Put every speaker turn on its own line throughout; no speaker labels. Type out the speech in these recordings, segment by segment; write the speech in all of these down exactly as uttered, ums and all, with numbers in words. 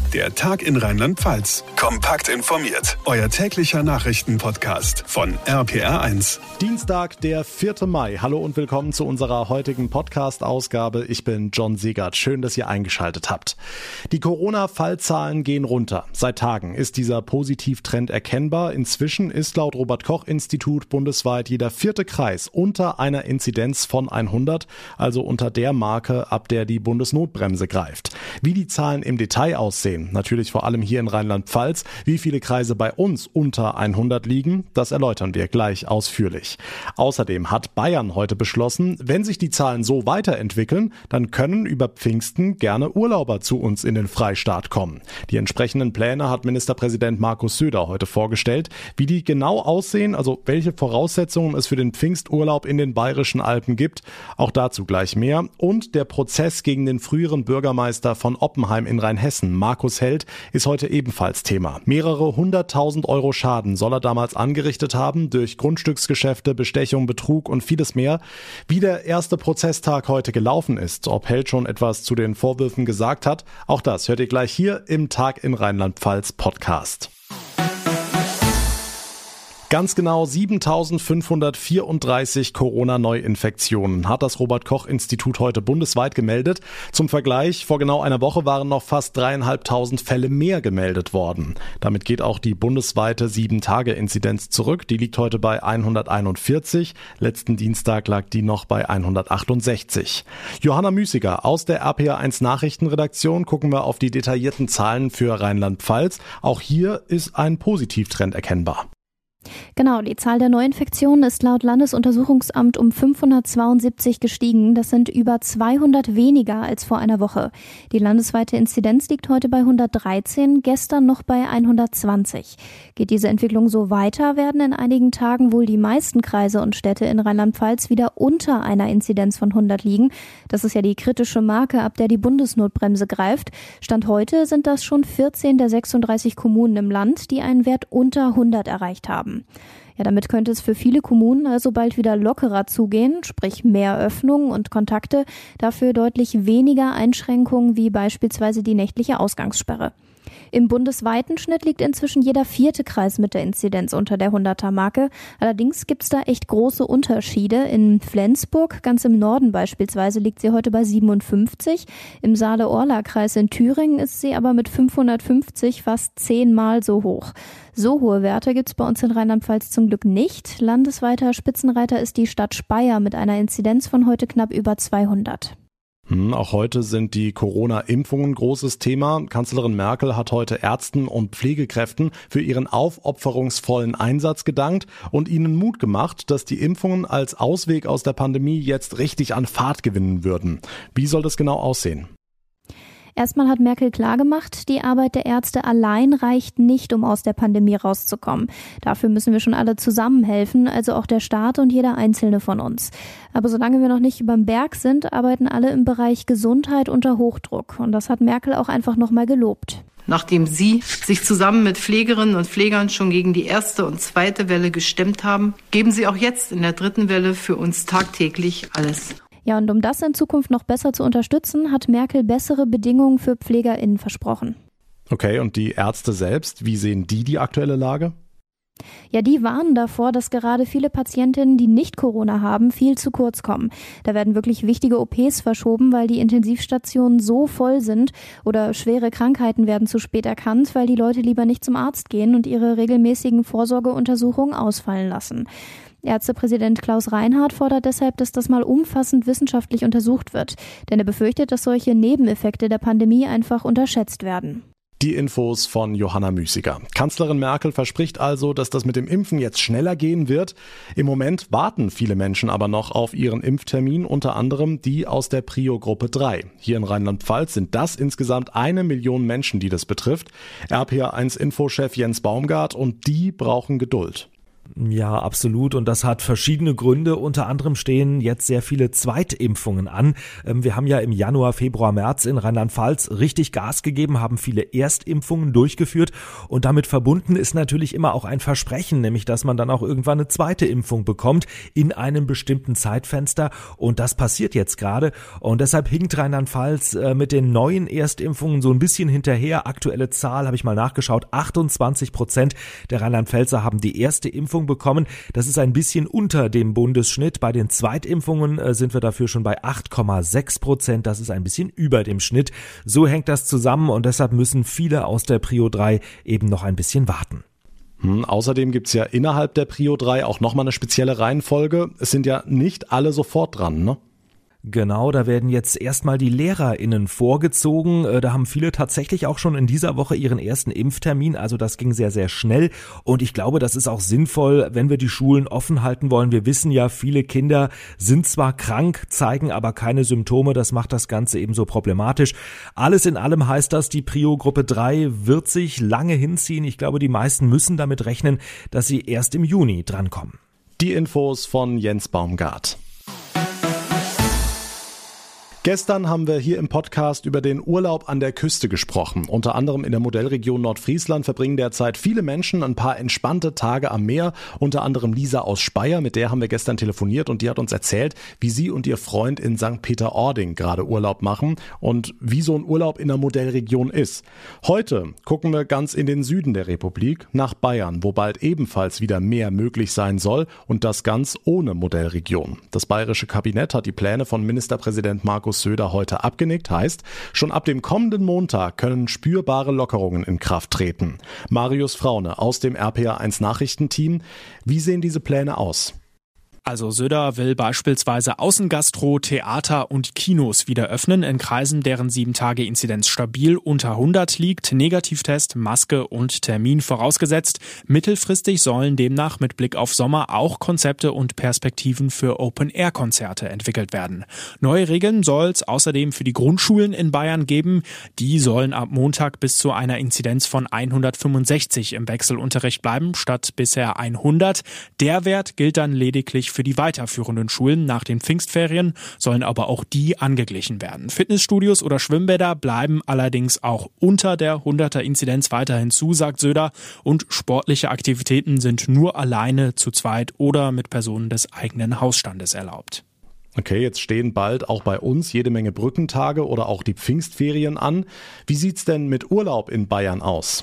Der Tag in Rheinland-Pfalz. Kompakt informiert. Euer täglicher Nachrichtenpodcast von R P R eins.
Dienstag, der vierte Mai. Hallo und willkommen zu unserer heutigen Podcast-Ausgabe. Ich bin John Siegert. Schön, dass ihr eingeschaltet habt. Die Corona-Fallzahlen gehen runter. Seit Tagen ist dieser Positivtrend erkennbar. Inzwischen ist laut Robert-Koch-Institut bundesweit jeder vierte Kreis unter einer Inzidenz von hundert, also unter der Marke, ab der die Bundesnotbremse greift. Wie die Zahlen im Detail aussehen, natürlich vor allem hier in Rheinland-Pfalz, wie viele Kreise bei uns unter hundert liegen, das erläutern wir gleich ausführlich. Außerdem hat Bayern heute beschlossen, wenn sich die Zahlen so weiterentwickeln, dann können über Pfingsten gerne Urlauber zu uns in den Freistaat kommen. Die entsprechenden Pläne hat Ministerpräsident Markus Söder heute vorgestellt. Wie die genau aussehen, also welche Voraussetzungen es für den Pfingsturlaub in den Bayerischen Alpen gibt, auch dazu gleich mehr. Und der Prozess gegen den früheren Bürgermeister von Oppenheim in Rheinhessen, Markus Held, ist heute ebenfalls Thema. Mehrere hunderttausend Euro Schaden soll er damals angerichtet haben durch Grundstücksgeschäfte, Bestechung, Betrug und vieles mehr. Wie der erste Prozesstag heute gelaufen ist, ob Held schon etwas zu den Vorwürfen gesagt hat, auch das hört ihr gleich hier im Tag in Rheinland-Pfalz Podcast. Ganz genau siebentausendfünfhundertvierunddreißig Corona-Neuinfektionen hat das Robert-Koch-Institut heute bundesweit gemeldet. Zum Vergleich, vor genau einer Woche waren noch fast dreieinhalbtausend Fälle mehr gemeldet worden. Damit geht auch die bundesweite sieben Tage Inzidenz zurück. Die liegt heute bei hunderteinundvierzig. Letzten Dienstag lag die noch bei hundertachtundsechzig. Johanna Müßiger aus der R P R eins Nachrichtenredaktion gucken wir auf die detaillierten Zahlen für Rheinland-Pfalz. Auch hier ist ein Positivtrend erkennbar.
Genau, die Zahl der Neuinfektionen ist laut Landesuntersuchungsamt um fünfhundertzweiundsiebzig gestiegen. Das sind über zweihundert weniger als vor einer Woche. Die landesweite Inzidenz liegt heute bei hundertdreizehn, gestern noch bei hundertzwanzig. Geht diese Entwicklung so weiter, werden in einigen Tagen wohl die meisten Kreise und Städte in Rheinland-Pfalz wieder unter einer Inzidenz von hundert liegen. Das ist ja die kritische Marke, ab der die Bundesnotbremse greift. Stand heute sind das schon vierzehn der sechsunddreißig Kommunen im Land, die einen Wert unter hundert erreicht haben. Ja, damit könnte es für viele Kommunen also bald wieder lockerer zugehen, sprich mehr Öffnungen und Kontakte, dafür deutlich weniger Einschränkungen wie beispielsweise die nächtliche Ausgangssperre. Im bundesweiten Schnitt liegt inzwischen jeder vierte Kreis mit der Inzidenz unter der hunderter-Marke. Allerdings gibt es da echt große Unterschiede. In Flensburg, ganz im Norden beispielsweise, liegt sie heute bei siebenundfünfzig. Im Saale-Orla-Kreis in Thüringen ist sie aber mit fünfhundertfünfzig fast zehnmal so hoch. So hohe Werte gibt es bei uns in Rheinland-Pfalz zum Glück nicht. Landesweiter Spitzenreiter ist die Stadt Speyer mit einer Inzidenz von heute knapp über zweihundert.
Auch heute sind die Corona-Impfungen großes Thema. Kanzlerin Merkel hat heute Ärzten und Pflegekräften für ihren aufopferungsvollen Einsatz gedankt und ihnen Mut gemacht, dass die Impfungen als Ausweg aus der Pandemie jetzt richtig an Fahrt gewinnen würden. Wie soll das genau aussehen?
Erstmal hat Merkel klargemacht, die Arbeit der Ärzte allein reicht nicht, um aus der Pandemie rauszukommen. Dafür müssen wir schon alle zusammenhelfen, also auch der Staat und jeder Einzelne von uns. Aber solange wir noch nicht überm Berg sind, arbeiten alle im Bereich Gesundheit unter Hochdruck. Und das hat Merkel auch einfach nochmal gelobt.
Nachdem Sie sich zusammen mit Pflegerinnen und Pflegern schon gegen die erste und zweite Welle gestemmt haben, geben Sie auch jetzt in der dritten Welle für uns tagtäglich alles.
Ja, und um das in Zukunft noch besser zu unterstützen, hat Merkel bessere Bedingungen für PflegerInnen versprochen.
Okay, und die Ärzte selbst, wie sehen die die aktuelle Lage?
Ja, die warnen davor, dass gerade viele Patientinnen, die nicht Corona haben, viel zu kurz kommen. Da werden wirklich wichtige O Ps verschoben, weil die Intensivstationen so voll sind, oder schwere Krankheiten werden zu spät erkannt, weil die Leute lieber nicht zum Arzt gehen und ihre regelmäßigen Vorsorgeuntersuchungen ausfallen lassen. Ärztepräsident Klaus Reinhardt fordert deshalb, dass das mal umfassend wissenschaftlich untersucht wird, denn er befürchtet, dass solche Nebeneffekte der Pandemie einfach unterschätzt werden.
Die Infos von Johanna Müßiger. Kanzlerin Merkel verspricht also, dass das mit dem Impfen jetzt schneller gehen wird. Im Moment warten viele Menschen aber noch auf ihren Impftermin, unter anderem die aus der Prio-Gruppe drei. Hier in Rheinland-Pfalz sind das insgesamt eine Million Menschen, die das betrifft. R P R eins Infochef Jens Baumgart, und die brauchen Geduld.
Ja, absolut. Und das hat verschiedene Gründe. Unter anderem stehen jetzt sehr viele Zweitimpfungen an. Wir haben ja im Januar, Februar, März in Rheinland-Pfalz richtig Gas gegeben, haben viele Erstimpfungen durchgeführt. Und damit verbunden ist natürlich immer auch ein Versprechen, nämlich dass man dann auch irgendwann eine zweite Impfung bekommt in einem bestimmten Zeitfenster. Und das passiert jetzt gerade. Und deshalb hinkt Rheinland-Pfalz mit den neuen Erstimpfungen so ein bisschen hinterher. Aktuelle Zahl habe ich mal nachgeschaut. achtundzwanzig Prozent der Rheinland-Pfälzer haben die erste Impfung bekommen. Das ist ein bisschen unter dem Bundesschnitt. Bei den Zweitimpfungen äh, sind wir dafür schon bei acht Komma sechs Prozent. Das ist ein bisschen über dem Schnitt. So hängt das zusammen und deshalb müssen viele aus der Prio drei eben noch ein bisschen warten.
Hm, außerdem gibt's ja innerhalb der Prio drei auch nochmal eine spezielle Reihenfolge. Es sind ja nicht alle sofort dran, ne?
Genau, da werden jetzt erstmal die LehrerInnen vorgezogen. Da haben viele tatsächlich auch schon in dieser Woche ihren ersten Impftermin. Also das ging sehr, sehr schnell. Und ich glaube, das ist auch sinnvoll, wenn wir die Schulen offen halten wollen. Wir wissen ja, viele Kinder sind zwar krank, zeigen aber keine Symptome. Das macht das Ganze eben so problematisch. Alles in allem heißt das, die Prio-Gruppe drei wird sich lange hinziehen. Ich glaube, die meisten müssen damit rechnen, dass sie erst im Juni drankommen.
Die Infos von Jens Baumgart. Gestern haben wir hier im Podcast über den Urlaub an der Küste gesprochen. Unter anderem in der Modellregion Nordfriesland verbringen derzeit viele Menschen ein paar entspannte Tage am Meer. Unter anderem Lisa aus Speyer, mit der haben wir gestern telefoniert und die hat uns erzählt, wie sie und ihr Freund in Sankt Peter-Ording gerade Urlaub machen und wie so ein Urlaub in der Modellregion ist. Heute gucken wir ganz in den Süden der Republik, nach Bayern, wo bald ebenfalls wieder mehr möglich sein soll und das ganz ohne Modellregion. Das bayerische Kabinett hat die Pläne von Ministerpräsident Markus Söder heute abgenickt, heißt, schon ab dem kommenden Montag können spürbare Lockerungen in Kraft treten. Marius Fraune aus dem R P R eins Nachrichtenteam. Wie sehen diese Pläne aus?
Also Söder will beispielsweise Außengastro, Theater und Kinos wieder öffnen in Kreisen, deren sieben Tage Inzidenz stabil unter hundert liegt. Negativtest, Maske und Termin vorausgesetzt. Mittelfristig sollen demnach mit Blick auf Sommer auch Konzepte und Perspektiven für Open-Air-Konzerte entwickelt werden. Neue Regeln soll es außerdem für die Grundschulen in Bayern geben. Die sollen ab Montag bis zu einer Inzidenz von hundertfünfundsechzig im Wechselunterricht bleiben, statt bisher hundert. Der Wert gilt dann lediglich für die weiterführenden Schulen. Nach den Pfingstferien sollen aber auch die angeglichen werden. Fitnessstudios oder Schwimmbäder bleiben allerdings auch unter der hunderter Inzidenz weiterhin zu, sagt Söder. Und sportliche Aktivitäten sind nur alleine, zu zweit oder mit Personen des eigenen Hausstandes erlaubt.
Okay, jetzt stehen bald auch bei uns jede Menge Brückentage oder auch die Pfingstferien an. Wie sieht's denn mit Urlaub in Bayern aus?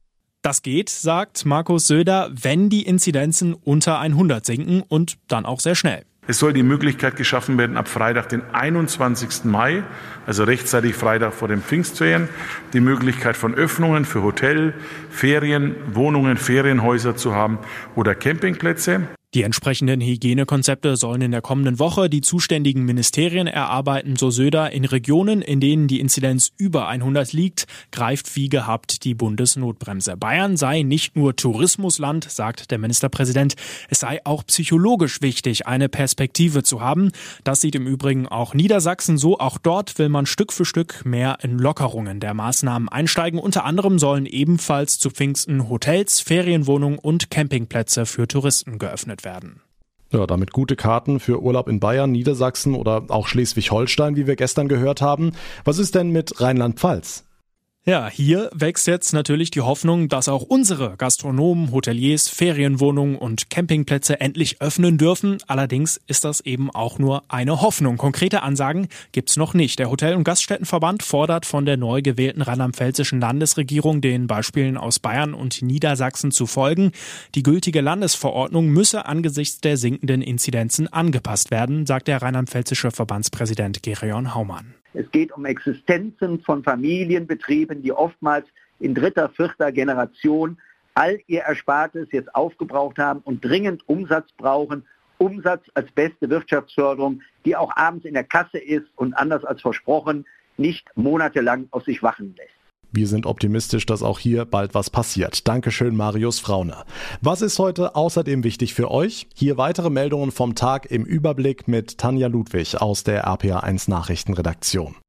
Das geht, sagt Markus Söder, wenn die Inzidenzen unter hundert sinken und dann auch sehr schnell.
Es soll die Möglichkeit geschaffen werden, ab Freitag, den einundzwanzigsten Mai, also rechtzeitig Freitag vor den Pfingstferien, die Möglichkeit von Öffnungen für Hotel, Ferien, Wohnungen, Ferienhäuser zu haben oder Campingplätze.
Die entsprechenden Hygienekonzepte sollen in der kommenden Woche die zuständigen Ministerien erarbeiten, so Söder. In Regionen, in denen die Inzidenz über hundert liegt, greift wie gehabt die Bundesnotbremse. Bayern sei nicht nur Tourismusland, sagt der Ministerpräsident. Es sei auch psychologisch wichtig, eine Perspektive zu haben. Das sieht im Übrigen auch Niedersachsen so. Auch dort will man Stück für Stück mehr in Lockerungen der Maßnahmen einsteigen. Unter anderem sollen ebenfalls zu Pfingsten Hotels, Ferienwohnungen und Campingplätze für Touristen geöffnet werden.
Ja, damit gute Karten für Urlaub in Bayern, Niedersachsen oder auch Schleswig-Holstein, wie wir gestern gehört haben. Was ist denn mit Rheinland-Pfalz?
Ja, hier wächst jetzt natürlich die Hoffnung, dass auch unsere Gastronomen, Hoteliers, Ferienwohnungen und Campingplätze endlich öffnen dürfen. Allerdings ist das eben auch nur eine Hoffnung. Konkrete Ansagen gibt's noch nicht. Der Hotel- und Gaststättenverband fordert von der neu gewählten rheinland-pfälzischen Landesregierung, den Beispielen aus Bayern und Niedersachsen zu folgen. Die gültige Landesverordnung müsse angesichts der sinkenden Inzidenzen angepasst werden, sagt der rheinland-pfälzische Verbandspräsident Gerion Haumann.
Es geht um Existenzen von Familienbetrieben, die oftmals in dritter, vierter Generation all ihr Erspartes jetzt aufgebraucht haben und dringend Umsatz brauchen. Umsatz als beste Wirtschaftsförderung, die auch abends in der Kasse ist und anders als versprochen nicht monatelang auf sich warten lässt.
Wir sind optimistisch, dass auch hier bald was passiert. Dankeschön, Marius Fraune. Was ist heute außerdem wichtig für euch? Hier weitere Meldungen vom Tag im Überblick mit Tanja Ludwig aus der R P R eins Nachrichtenredaktion.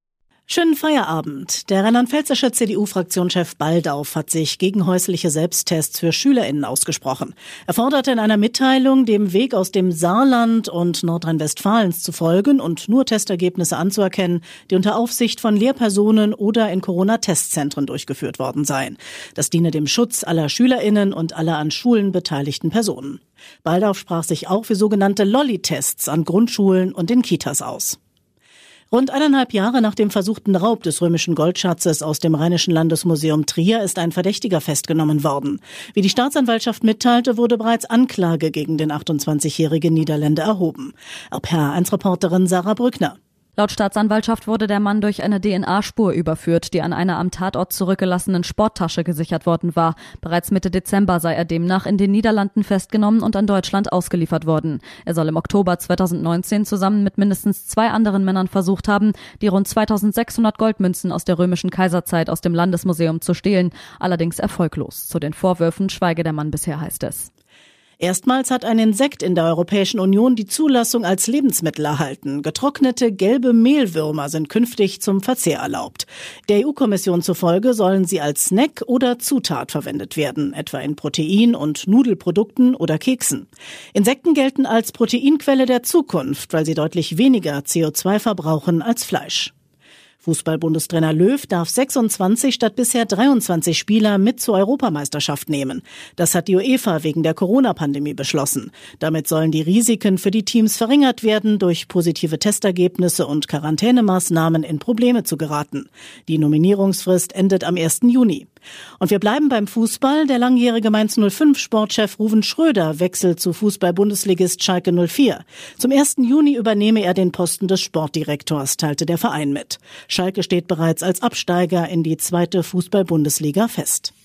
Schönen Feierabend. Der rheinland-pfälzische C D U-Fraktionschef Baldauf hat sich gegen häusliche Selbsttests für SchülerInnen ausgesprochen. Er forderte in einer Mitteilung, dem Weg aus dem Saarland und Nordrhein-Westfalens zu folgen und nur Testergebnisse anzuerkennen, die unter Aufsicht von Lehrpersonen oder in Corona-Testzentren durchgeführt worden seien. Das diene dem Schutz aller SchülerInnen und aller an Schulen beteiligten Personen. Baldauf sprach sich auch für sogenannte Lolli-Tests an Grundschulen und in Kitas aus. Rund eineinhalb Jahre nach dem versuchten Raub des römischen Goldschatzes aus dem Rheinischen Landesmuseum Trier ist ein Verdächtiger festgenommen worden. Wie die Staatsanwaltschaft mitteilte, wurde bereits Anklage gegen den achtundzwanzigjährigen Niederländer erhoben. R P R eins Reporterin Sarah Brückner.
Laut Staatsanwaltschaft wurde der Mann durch eine D N A-Spur überführt, die an einer am Tatort zurückgelassenen Sporttasche gesichert worden war. Bereits Mitte Dezember sei er demnach in den Niederlanden festgenommen und an Deutschland ausgeliefert worden. Er soll im Oktober zweitausendneunzehn zusammen mit mindestens zwei anderen Männern versucht haben, die rund zweitausendsechshundert Goldmünzen aus der römischen Kaiserzeit aus dem Landesmuseum zu stehlen, allerdings erfolglos. Zu den Vorwürfen schweige der Mann bisher, heißt es.
Erstmals hat ein Insekt in der Europäischen Union die Zulassung als Lebensmittel erhalten. Getrocknete gelbe Mehlwürmer sind künftig zum Verzehr erlaubt. Der E U-Kommission zufolge sollen sie als Snack oder Zutat verwendet werden, etwa in Protein- und Nudelprodukten oder Keksen. Insekten gelten als Proteinquelle der Zukunft, weil sie deutlich weniger C O zwei verbrauchen als Fleisch. Fußball-Bundestrainer Löw darf sechsundzwanzig statt bisher dreiundzwanzig Spieler mit zur Europameisterschaft nehmen. Das hat die UEFA wegen der Corona-Pandemie beschlossen. Damit sollen die Risiken für die Teams verringert werden, durch positive Testergebnisse und Quarantänemaßnahmen in Probleme zu geraten. Die Nominierungsfrist endet am ersten Juni. Und wir bleiben beim Fußball. Der langjährige Mainz null fünf Sportchef Ruven Schröder wechselt zu Fußball-Bundesligist Schalke null vier. Zum ersten Juni übernehme er den Posten des Sportdirektors, teilte der Verein mit. Schalke steht bereits als Absteiger in die zweite Fußball-Bundesliga fest.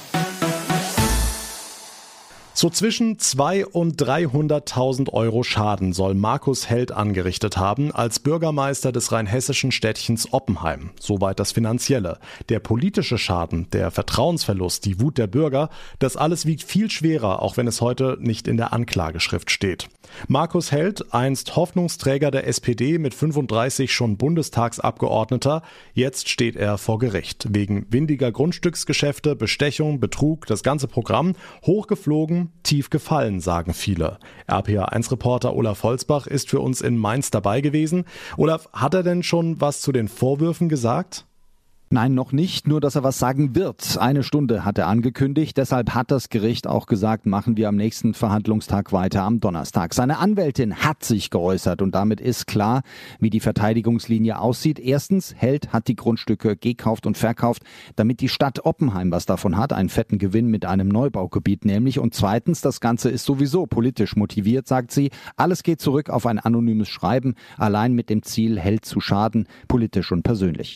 So zwischen zweihunderttausend und dreihunderttausend Euro Schaden soll Markus Held angerichtet haben als Bürgermeister des rheinhessischen Städtchens Oppenheim. Soweit das Finanzielle. Der politische Schaden, der Vertrauensverlust, die Wut der Bürger, das alles wiegt viel schwerer, auch wenn es heute nicht in der Anklageschrift steht. Markus Held, einst Hoffnungsträger der S P D, mit fünfunddreißig schon Bundestagsabgeordneter, jetzt steht er vor Gericht. Wegen windiger Grundstücksgeschäfte, Bestechung, Betrug, das ganze Programm, hochgeflogen, tief gefallen, sagen viele. R P R eins Reporter Olaf Holzbach ist für uns in Mainz dabei gewesen. Olaf, hat er denn schon was zu den Vorwürfen gesagt?
Nein, noch nicht, nur dass er was sagen wird. Eine Stunde hat er angekündigt, deshalb hat das Gericht auch gesagt, machen wir am nächsten Verhandlungstag weiter am Donnerstag. Seine Anwältin hat sich geäußert und damit ist klar, wie die Verteidigungslinie aussieht. Erstens, Held hat die Grundstücke gekauft und verkauft, damit die Stadt Oppenheim was davon hat, einen fetten Gewinn mit einem Neubaugebiet nämlich. Und zweitens, das Ganze ist sowieso politisch motiviert, sagt sie. Alles geht zurück auf ein anonymes Schreiben, allein mit dem Ziel, Held zu schaden, politisch und persönlich.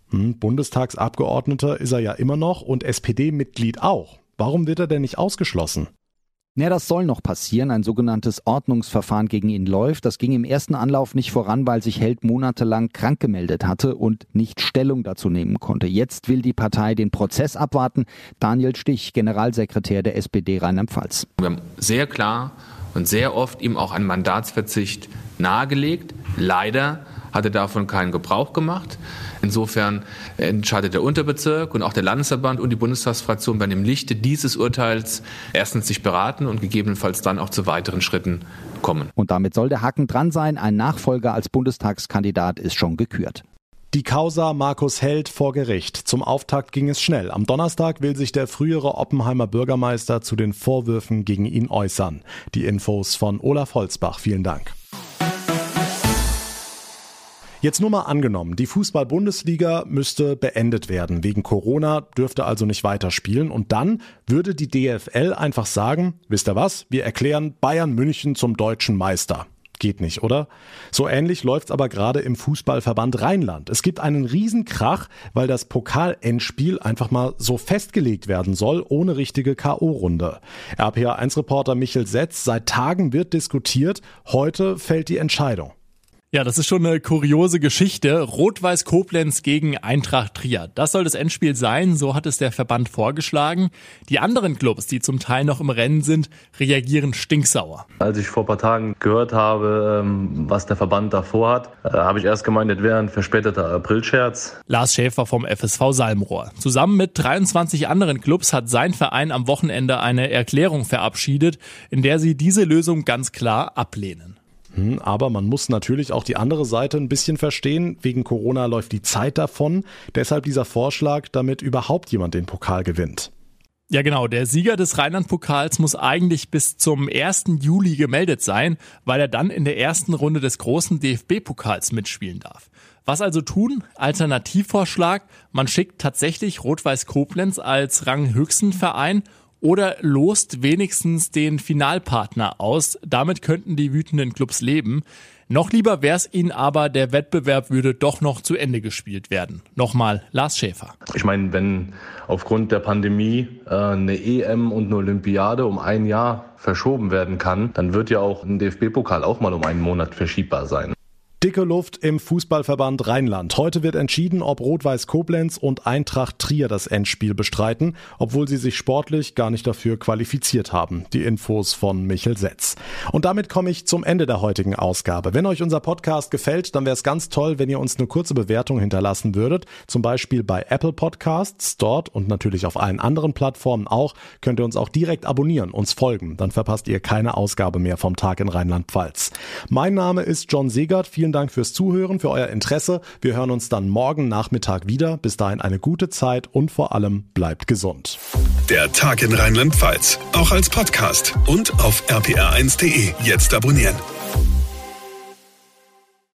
Bundestagsabgeordneter ist er ja immer noch und S P D-Mitglied auch. Warum wird er denn nicht ausgeschlossen?
Ja, das soll noch passieren. Ein sogenanntes Ordnungsverfahren gegen ihn läuft. Das ging im ersten Anlauf nicht voran, weil sich Held monatelang krank gemeldet hatte und nicht Stellung dazu nehmen konnte. Jetzt will die Partei den Prozess abwarten. Daniel Stich, Generalsekretär der S P D Rheinland-Pfalz.
Wir haben sehr klar und sehr oft ihm auch einen Mandatsverzicht nahegelegt. Leider hat er davon keinen Gebrauch gemacht. Insofern entscheidet der Unterbezirk und auch der Landesverband und die Bundestagsfraktion werden im Lichte dieses Urteils erstens sich beraten und gegebenenfalls dann auch zu weiteren Schritten kommen.
Und damit soll der Haken dran sein. Ein Nachfolger als Bundestagskandidat ist schon gekürt.
Die Causa Markus Held vor Gericht. Zum Auftakt ging es schnell. Am Donnerstag will sich der frühere Oppenheimer Bürgermeister zu den Vorwürfen gegen ihn äußern. Die Infos von Olaf Holzbach. Vielen Dank. Jetzt nur mal angenommen, die Fußball-Bundesliga müsste beendet werden. Wegen Corona dürfte also nicht weiterspielen. Und dann würde die D F L einfach sagen, wisst ihr was, wir erklären Bayern München zum deutschen Meister. Geht nicht, oder? So ähnlich läuft's aber gerade im Fußballverband Rheinland. Es gibt einen Riesenkrach, weil das Pokal-Endspiel einfach mal so festgelegt werden soll, ohne richtige K O-Runde. R P R eins Reporter Michel Setz, seit Tagen wird diskutiert, heute fällt die Entscheidung.
Ja, das ist schon eine kuriose Geschichte. Rot-Weiß Koblenz gegen Eintracht Trier. Das soll das Endspiel sein, so hat es der Verband vorgeschlagen. Die anderen Clubs, die zum Teil noch im Rennen sind, reagieren stinksauer.
Als ich vor ein paar Tagen gehört habe, was der Verband da vorhat, habe ich erst gemeint, das wäre ein verspäteter Aprilscherz.
Lars Schäfer vom F S V Salmrohr. Zusammen mit dreiundzwanzig anderen Clubs hat sein Verein am Wochenende eine Erklärung verabschiedet, in der sie diese Lösung ganz klar ablehnen.
Aber man muss natürlich auch die andere Seite ein bisschen verstehen. Wegen Corona läuft die Zeit davon. Deshalb dieser Vorschlag, damit überhaupt jemand den Pokal gewinnt.
Ja genau, der Sieger des Rheinland-Pokals muss eigentlich bis zum ersten Juli gemeldet sein, weil er dann in der ersten Runde des großen D F B-Pokals mitspielen darf. Was also tun? Alternativvorschlag, man schickt tatsächlich Rot-Weiß Koblenz als ranghöchsten Verein oder lost wenigstens den Finalpartner aus. Damit könnten die wütenden Clubs leben. Noch lieber wäre es ihnen aber, der Wettbewerb würde doch noch zu Ende gespielt werden. Nochmal Lars Schäfer.
Ich meine, wenn aufgrund der Pandemie äh, eine E M und eine Olympiade um ein Jahr verschoben werden kann, dann wird ja auch ein D F B-Pokal auch mal um einen Monat verschiebbar sein.
Dicke Luft im Fußballverband Rheinland. Heute wird entschieden, ob Rot-Weiß Koblenz und Eintracht Trier das Endspiel bestreiten, obwohl sie sich sportlich gar nicht dafür qualifiziert haben. Die Infos von Michel Setz. Und damit komme ich zum Ende der heutigen Ausgabe. Wenn euch unser Podcast gefällt, dann wäre es ganz toll, wenn ihr uns eine kurze Bewertung hinterlassen würdet. Zum Beispiel bei Apple Podcasts, dort und natürlich auf allen anderen Plattformen auch, könnt ihr uns auch direkt abonnieren, uns folgen. Dann verpasst ihr keine Ausgabe mehr vom Tag in Rheinland-Pfalz. Mein Name ist John Segert. Vielen Dank fürs Zuhören, für euer Interesse. Wir hören uns dann morgen Nachmittag wieder. Bis dahin eine gute Zeit und vor allem bleibt gesund.
Der Tag in Rheinland-Pfalz, auch als Podcast und auf r p r eins punkt d e. Jetzt abonnieren.